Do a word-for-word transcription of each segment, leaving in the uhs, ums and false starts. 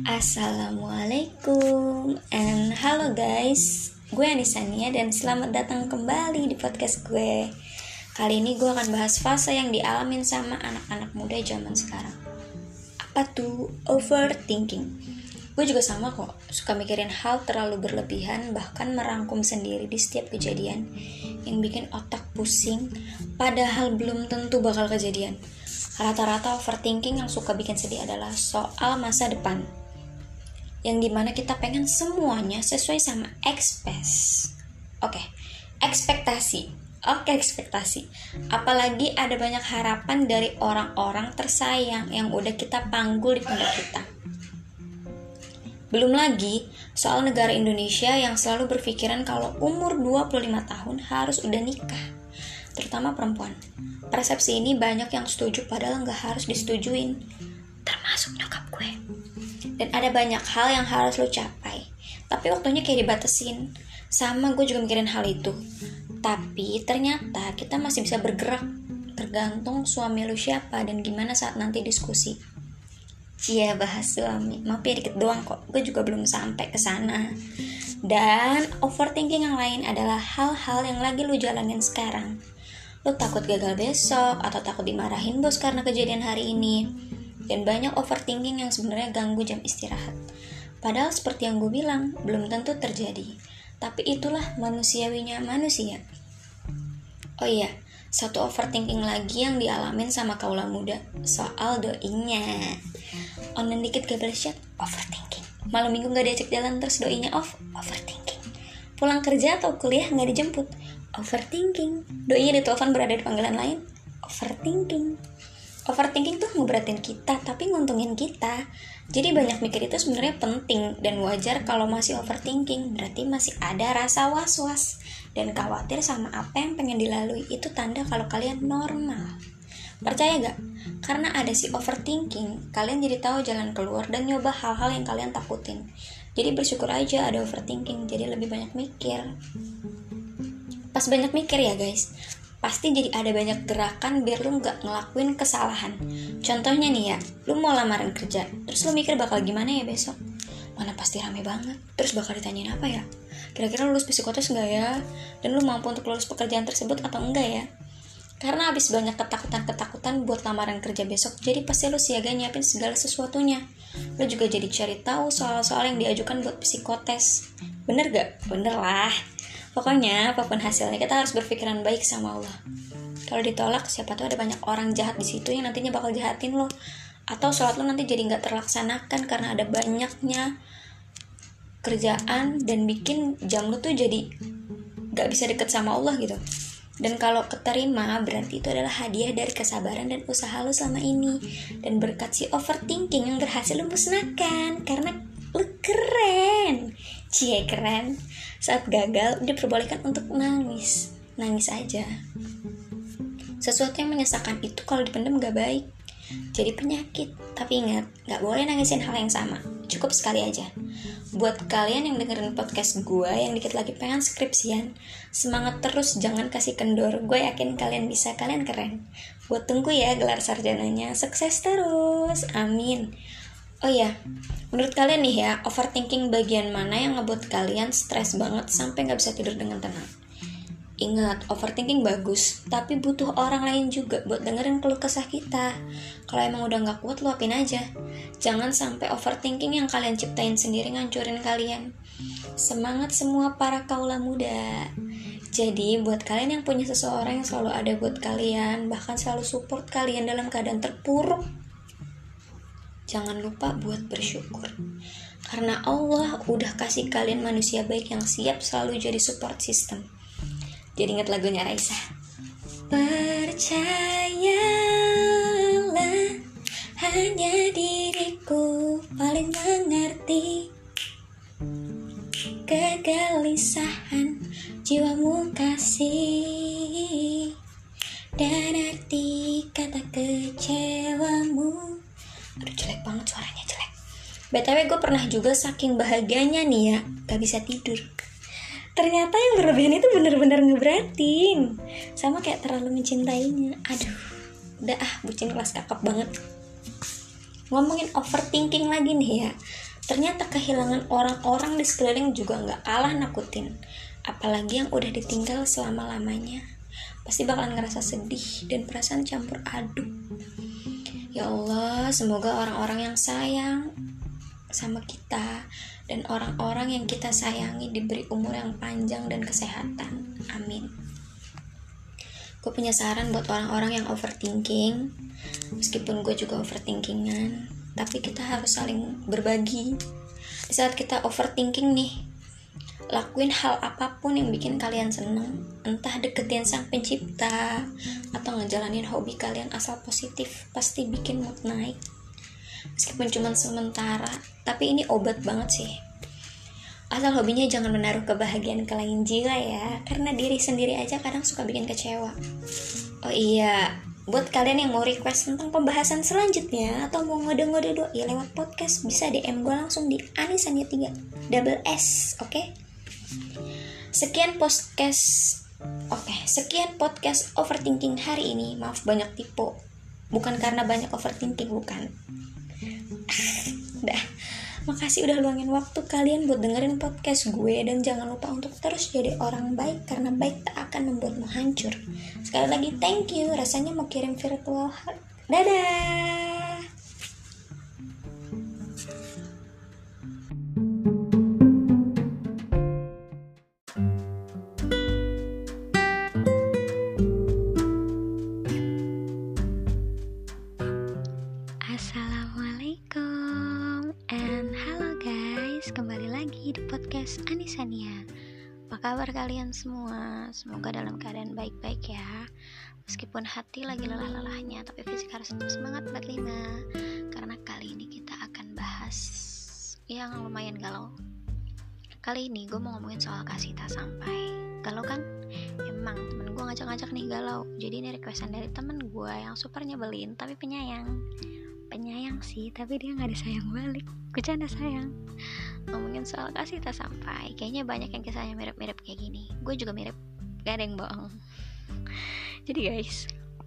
Assalamualaikum and halo guys, gue Anisania dan selamat datang kembali di podcast gue. Kali ini gue akan bahas fase yang dialamin sama anak-anak muda zaman sekarang. Apa tuh overthinking? Gue juga sama kok, suka mikirin hal terlalu berlebihan, bahkan merangkum sendiri di setiap kejadian yang bikin otak pusing, padahal belum tentu bakal kejadian. Rata-rata overthinking yang suka bikin sedih adalah soal masa depan, yang dimana kita pengen semuanya sesuai sama ekspes. Oke, ekspektasi. Oke, ekspektasi. Apalagi ada banyak harapan dari orang-orang tersayang yang udah kita panggul di pundak kita. Belum lagi soal negara Indonesia yang selalu berpikiran kalau umur dua puluh lima tahun harus udah nikah, terutama perempuan. Persepsi ini banyak yang setuju padahal nggak harus disetujuin, termasuk nyokap gue. Dan ada banyak hal yang harus lo capai, tapi waktunya kayak dibatasin. Sama gue juga mikirin hal itu. Tapi ternyata kita masih bisa bergerak, tergantung suami lo siapa dan gimana saat nanti diskusi. Iya, bahas suami, maaf ya dikit doang kok, gue juga belum sampai ke sana. Dan overthinking yang lain adalah hal-hal yang lagi lo jalanin sekarang. Lo takut gagal besok, atau takut dimarahin bos karena kejadian hari ini. Dan banyak overthinking yang sebenarnya ganggu jam istirahat. Padahal seperti yang gue bilang, belum tentu terjadi. Tapi itulah manusiawinya manusia. Oh iya, satu overthinking lagi yang dialamin sama kaula muda, soal doinya. Online dikit gak balas chat, overthinking. Malam minggu gak diajak jalan terus doinya off, overthinking. Pulang kerja atau kuliah gak dijemput, overthinking. Doinya ditelepon berada di panggilan lain, overthinking. Overthinking tuh ngeberatin kita, tapi nguntungin kita. Jadi banyak mikir itu sebenarnya penting dan wajar kalau masih overthinking. Berarti masih ada rasa was-was dan khawatir sama apa yang pengen dilalui. Itu tanda kalau kalian normal. Percaya gak? Karena ada si overthinking, kalian jadi tahu jalan keluar dan nyoba hal-hal yang kalian takutin. Jadi bersyukur aja ada overthinking, jadi lebih banyak mikir. Pas banyak mikir ya guys, pasti jadi ada banyak gerakan biar lu gak ngelakuin kesalahan. Contohnya nih ya, lu mau lamaran kerja, terus lu mikir bakal gimana ya besok? Mana pasti rame banget, terus bakal ditanyain apa ya? Kira-kira lulus psikotes gak ya? Dan lu mampu untuk lulus pekerjaan tersebut atau enggak ya? Karena abis banyak ketakutan-ketakutan buat lamaran kerja besok, jadi pasti lu siaga nyiapin segala sesuatunya. Lu juga jadi cari tahu soal-soal yang diajukan buat psikotes. Bener gak? Bener lah. Pokoknya apapun hasilnya kita harus berpikiran baik sama Allah. Kalau ditolak, siapa tahu ada banyak orang jahat di situ yang nantinya bakal jahatin lo. Atau sholat lo nanti jadi nggak terlaksanakan karena ada banyaknya kerjaan dan bikin jam lo tuh jadi nggak bisa deket sama Allah gitu. Dan kalau keterima berarti itu adalah hadiah dari kesabaran dan usaha lo selama ini. Dan berkat si overthinking yang berhasil lo musnahkan karena lo keren. Cie keren. Saat gagal diperbolehkan untuk nangis. Nangis aja. Sesuatu yang menyesakan itu kalau dipendam gak baik, jadi penyakit. Tapi ingat, gak boleh nangisin hal yang sama. Cukup sekali aja. Buat kalian yang dengerin podcast gue yang dikit lagi pengen skripsian, semangat terus, jangan kasih kendor. Gue yakin kalian bisa, kalian keren. Buat tunggu ya gelar sarjananya. Sukses terus, amin. Oh iya, menurut kalian nih ya, overthinking bagian mana yang ngebuat kalian stres banget sampai gak bisa tidur dengan tenang? Ingat, overthinking bagus, tapi butuh orang lain juga buat dengerin keluh kesah kita. Kalau emang udah gak kuat, luapin aja. Jangan sampai overthinking yang kalian ciptain sendiri ngancurin kalian. Semangat semua para kaula muda. Jadi, buat kalian yang punya seseorang yang selalu ada buat kalian, bahkan selalu support kalian dalam keadaan terpuruk, jangan lupa buat bersyukur. Karena Allah udah kasih kalian manusia baik yang siap selalu jadi support system. Jadi ingat lagunya Raisa. Percayalah, hanya diriku paling mengerti kegelisahan jiwamu kasih dan arti kata kecewamu. Aduh, jelek banget suaranya, jelek. B T W gue pernah juga saking bahagianya nih ya, gak bisa tidur. Ternyata yang berlebihan itu benar-benar ngeberatin. Sama kayak terlalu mencintainya. Aduh, udah ah, bucin kelas kakap banget. Ngomongin overthinking lagi nih ya. Ternyata kehilangan orang-orang di sekeliling juga gak kalah nakutin. Apalagi yang udah ditinggal selama-lamanya. Pasti bakalan ngerasa sedih dan perasaan campur aduk. Ya Allah, semoga orang-orang yang sayang sama kita dan orang-orang yang kita sayangi diberi umur yang panjang dan kesehatan. Amin. Gue punya saran buat orang-orang yang overthinking. Meskipun gue juga overthinkingan, tapi kita harus saling berbagi. Di saat kita overthinking nih, lakuin hal apapun yang bikin kalian seneng. Entah deketin sang pencipta atau ngejalanin hobi kalian asal positif, pasti bikin mood naik. Meskipun cuma sementara, tapi ini obat banget sih. Asal hobinya jangan menaruh kebahagiaan ke lain jiwa ya, karena diri sendiri aja kadang suka bikin kecewa. Oh iya, buat kalian yang mau request tentang pembahasan selanjutnya atau mau ngode-ngode doi lewat podcast, bisa D M gue langsung di anisania tiga double S, oke? Okay? Sekian podcast, oke, okay, sekian podcast overthinking hari ini. Maaf banyak tipe, bukan karena banyak overthinking, bukan. Dah, makasih udah luangin waktu kalian buat dengerin podcast gue. Dan jangan lupa untuk terus jadi orang baik, karena baik tak akan membuatmu hancur. Sekali lagi thank you. Rasanya mau kirim virtual hug. Dadah. Assalamualaikum and halo guys, kembali lagi di podcast Anisania. Apa kabar kalian semua? Semoga dalam keadaan baik-baik ya. Meskipun hati lagi lelah-lelahnya, tapi fisik harus tetap semangat berlima. Karena kali ini kita akan bahas yang lumayan galau. Kali ini gue mau ngomongin soal kasih tak sampai. Galau kan? Emang temen gue ngajak-ngajak nih galau. Jadi ini requestan dari temen gue yang super nyebelin tapi penyayang. Penyayang sih, tapi dia gak disayang balik. Bercanda sayang. Ngomongin soal kasih tak sampai, kayaknya banyak yang kisahnya mirip-mirip kayak gini. Gue juga mirip, gak ada yang bohong. Jadi guys,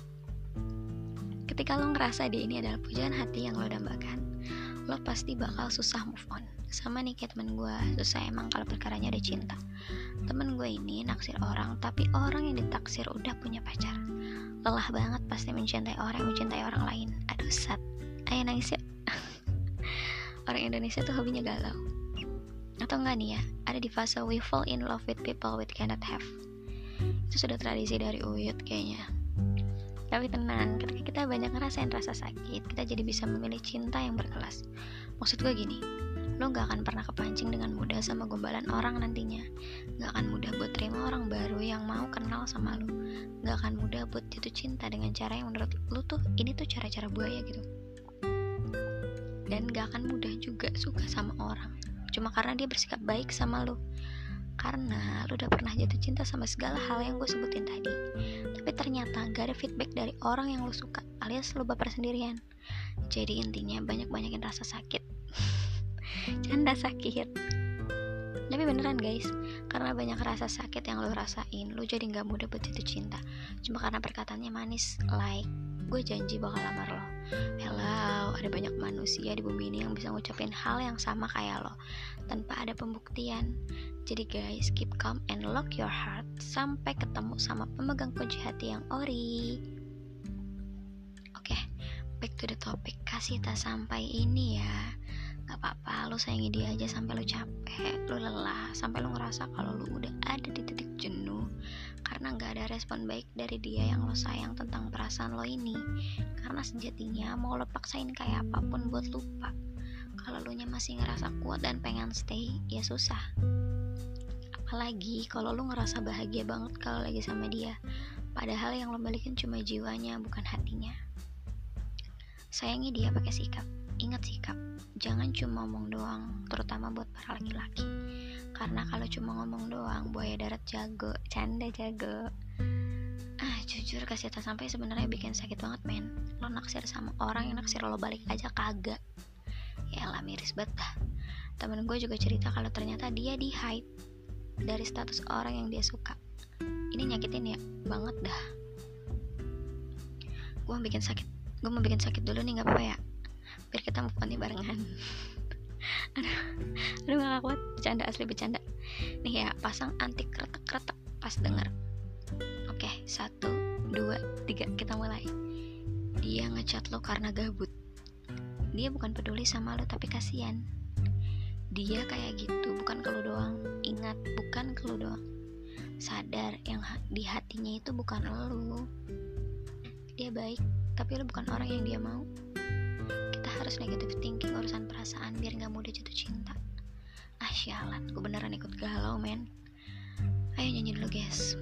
ketika lo ngerasa dia ini adalah pujaan hati yang lo dambakan, lo pasti bakal susah move on. Sama nih kayak temen gue, susah emang kalau perkaranya ada cinta. Temen gue ini naksir orang, tapi orang yang ditaksir udah punya pacar. Lelah banget pasti mencintai orang yang mencintai orang lain. Aduh sat, ayo nangis ya. Orang Indonesia tuh hobinya galau. Atau enggak nih ya, ada di fase we fall in love with people we cannot have. Itu sudah tradisi dari Uyut kayaknya. Tapi tenang, ketika kita banyak ngerasain rasa sakit, kita jadi bisa memilih cinta yang berkelas. Maksud gue gini, lo gak akan pernah kepancing dengan mudah sama gombalan orang nantinya. Gak akan mudah buat terima orang baru yang mau kenal sama lo. Gak akan mudah buat jatuh cinta dengan cara yang menurut lo tuh ini tuh cara-cara buaya gitu. Dan gak akan mudah juga suka sama orang cuma karena dia bersikap baik sama lo. Karena lo udah pernah jatuh cinta sama segala hal yang gue sebutin tadi, tapi ternyata gak ada feedback dari orang yang lo suka, alias lo baper sendirian. Jadi intinya banyak-banyakin rasa sakit. Canda sakit. Tapi beneran guys, karena banyak rasa sakit yang lo rasain, lo jadi gak mudah buat jatuh cinta cuma karena perkataannya manis, like gue janji bakal lamar lo. Hello, ada banyak manusia di bumi ini yang bisa ngucapin hal yang sama kayak lo tanpa ada pembuktian. Jadi guys, keep calm and lock your heart sampai ketemu sama pemegang kunci hati yang ori. Oke, okay, back to the topic. Kasih tak sampai ini ya, gak apa-apa, lo sayangi dia aja sampai lo capek, lo lelah, sampai lo ngerasa kalau lo udah ada di titik jenuh karena gak ada respon baik dari dia yang lo sayang tentang perasaan lo ini. Karena sejatinya mau lo paksain kayak apapun buat lupa, kalau lo nya masih ngerasa kuat dan pengen stay, ya susah. Apalagi kalau lo ngerasa bahagia banget kalau lagi sama dia, padahal yang lo milikin cuma jiwanya, bukan hatinya. Sayangi dia pakai sikap. Ingat sikap, jangan cuma ngomong doang, terutama buat para laki-laki. Karena kalau cuma ngomong doang, buaya darat jago, canda jago. Ah, jujur kasih tak sampai sebenarnya bikin sakit banget men. Lo naksir sama orang yang naksir lo balik aja kagak. Yalah miris banget dah. Temen gue juga cerita kalau ternyata dia di hide dari status orang yang dia suka. Ini nyakitin ya banget dah. Gue mau bikin sakit, gue mau bikin sakit dulu nih, nggak apa-apa ya? Biar kita move on nih barengan. aduh aduh gak kuat, bercanda, asli bercanda nih ya. Pasang anti kretek-kretek pas denger. Oke, satu, dua, tiga, kita mulai. Dia ngechat lo karena gabut. Dia bukan peduli sama lo tapi kasihan. Dia kayak gitu bukan ke lo doang. Ingat, bukan ke lo doang. Sadar yang di hatinya itu bukan lo. Dia baik, tapi lo bukan orang yang dia mau. Kita harus negative thinking urusan perasaan biar gak mudah jatuh cinta. Ah syalat, gue beneran ikut galau men. Ayo nyanyi dulu guys.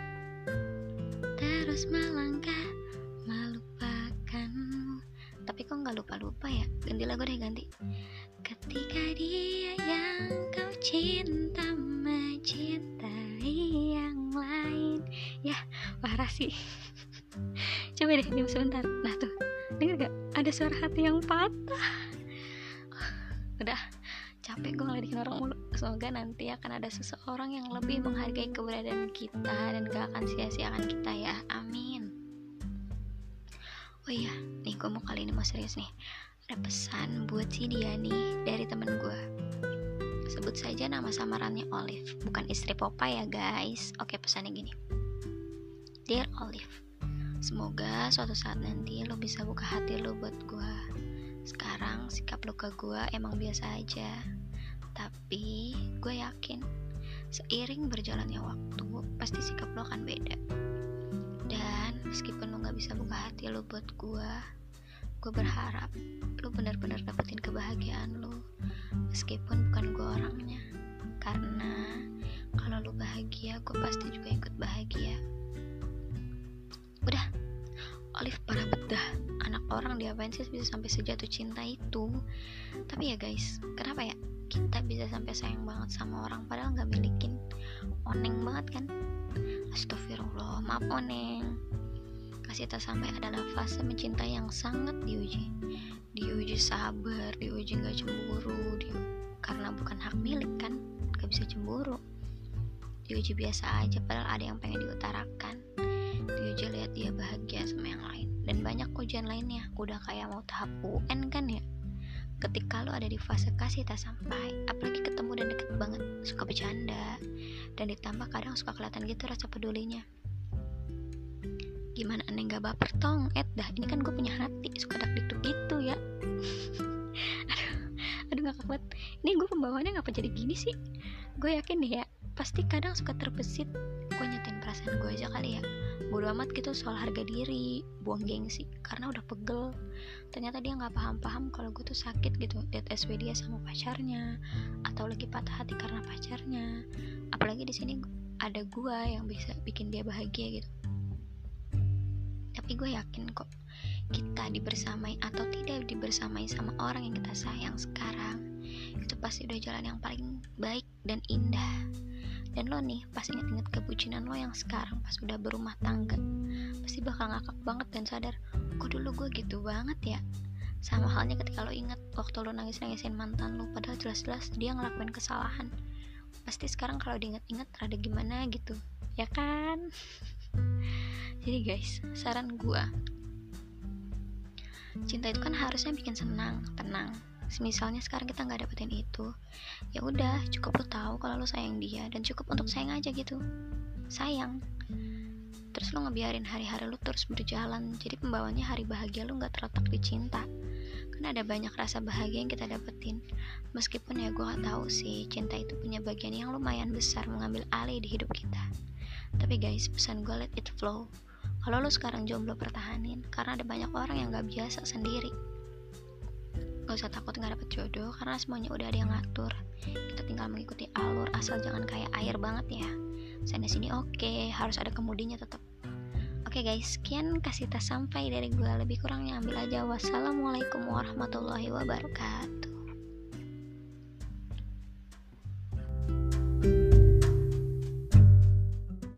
Terus melangkah melupakanmu. Tapi kok gak lupa-lupa ya? Ganti lagu deh, ganti. Ketika dia yang kau cinta mencintai yang lain. Ya parah sih. Coba deh diam sebentar. Nah tuh, denger gak? Ada suara hati yang patah. Udah capek gue ngeledekin orang mulu. Semoga nanti akan ada seseorang yang lebih menghargai keberadaan kita dan gak akan sia-siakan kita ya. Amin. Oh iya, nih gue mau kali ini mau serius nih. Ada pesan buat si dia nih dari temen gue. Sebut saja nama samarannya Olive, bukan istri Popeye ya guys. Oke, pesannya gini. Dear Olive, semoga suatu saat nanti lo bisa buka hati lo buat gue. Sekarang sikap lo ke gue emang biasa aja, tapi gue yakin seiring berjalannya waktu pasti sikap lo akan beda. Dan meskipun lo gak bisa buka hati lo buat gue, gue berharap lo benar-benar dapetin kebahagiaan lo, meskipun bukan gue orangnya. Karena kalau lo bahagia, gue pasti juga ikut bahagia. Udah, Olive parah bedah. Anak orang diapain sih bisa sampai sejatuh cinta itu? Tapi ya guys, kenapa ya kita bisa sampai sayang banget sama orang padahal gak milikin? Oneng banget kan? Astagfirullah, maaf Oneng. Kasih tak sampai adalah fase mencintai yang sangat diuji. Diuji sabar, diuji gak cemburu, di... karena bukan hak milik kan, gak bisa cemburu. Diuji biasa aja padahal ada yang pengen diutarakan. Diuji lihat dia bahagia sama yang lain. Dan banyak ujian lainnya, udah kayak mau tahap U N kan ya. Ketika lo ada di fase kasih tak sampai, apalagi ketemu dan deket banget, suka bercanda, dan ditambah kadang suka kelihatan gitu rasa pedulinya. Gimana aneh gak baper tong, eh dah ini kan gue punya hati, suka dak-dikduk gitu ya. aduh, aduh gak kuat. Ini gue pembawaannya ngapa jadi gini sih? Gue yakin deh ya, pasti kadang suka terbesit. Gue nyatain perasaan gue aja kali ya. Bodo amat gitu soal harga diri, buang gengsi, karena udah pegel. Ternyata dia gak paham-paham kalau gue tuh sakit gitu liat S W dia sama pacarnya, atau lagi patah hati karena pacarnya. Apalagi di sini ada gue yang bisa bikin dia bahagia gitu. Tapi gue yakin kok, kita dibersamai atau tidak dibersamai sama orang yang kita sayang sekarang, itu pasti udah jalan yang paling baik dan indah. Dan lo nih, pas inget-inget kebucinan lo yang sekarang pas udah berumah tangga, pasti bakal ngakak banget dan sadar, kok dulu gue gitu banget ya. Sama halnya ketika lo inget waktu lo nangis-nangisin mantan lo, padahal jelas-jelas dia ngelakuin kesalahan. Pasti sekarang kalau diinget-inget rada gimana gitu, ya kan? Jadi guys, saran gue, cinta itu kan harusnya bikin senang, tenang. Misalnya sekarang kita nggak dapetin itu, ya udah cukup lo tahu kalau lo sayang dia dan cukup untuk sayang aja gitu, sayang. Terus lo ngebiarin hari-hari lo terus berjalan, jadi pembawanya hari bahagia lo nggak terletak di cinta. Kan ada banyak rasa bahagia yang kita dapetin. Meskipun ya gue nggak tahu sih, cinta itu punya bagian yang lumayan besar mengambil alih di hidup kita. Tapi guys, pesan gue, let it flow. Kalau lo sekarang jomblo, pertahanin, karena ada banyak orang yang nggak biasa sendiri. Gak usah takut gak dapet jodoh, karena semuanya udah ada yang ngatur. Kita tinggal mengikuti alur, asal jangan kayak air banget ya. Sana sini oke, okay, harus ada kemudinya tetap. Oke okay guys, sekian kasih tas sampai dari gue. Lebih kurangnya ambil aja. Wassalamualaikum warahmatullahi wabarakatuh.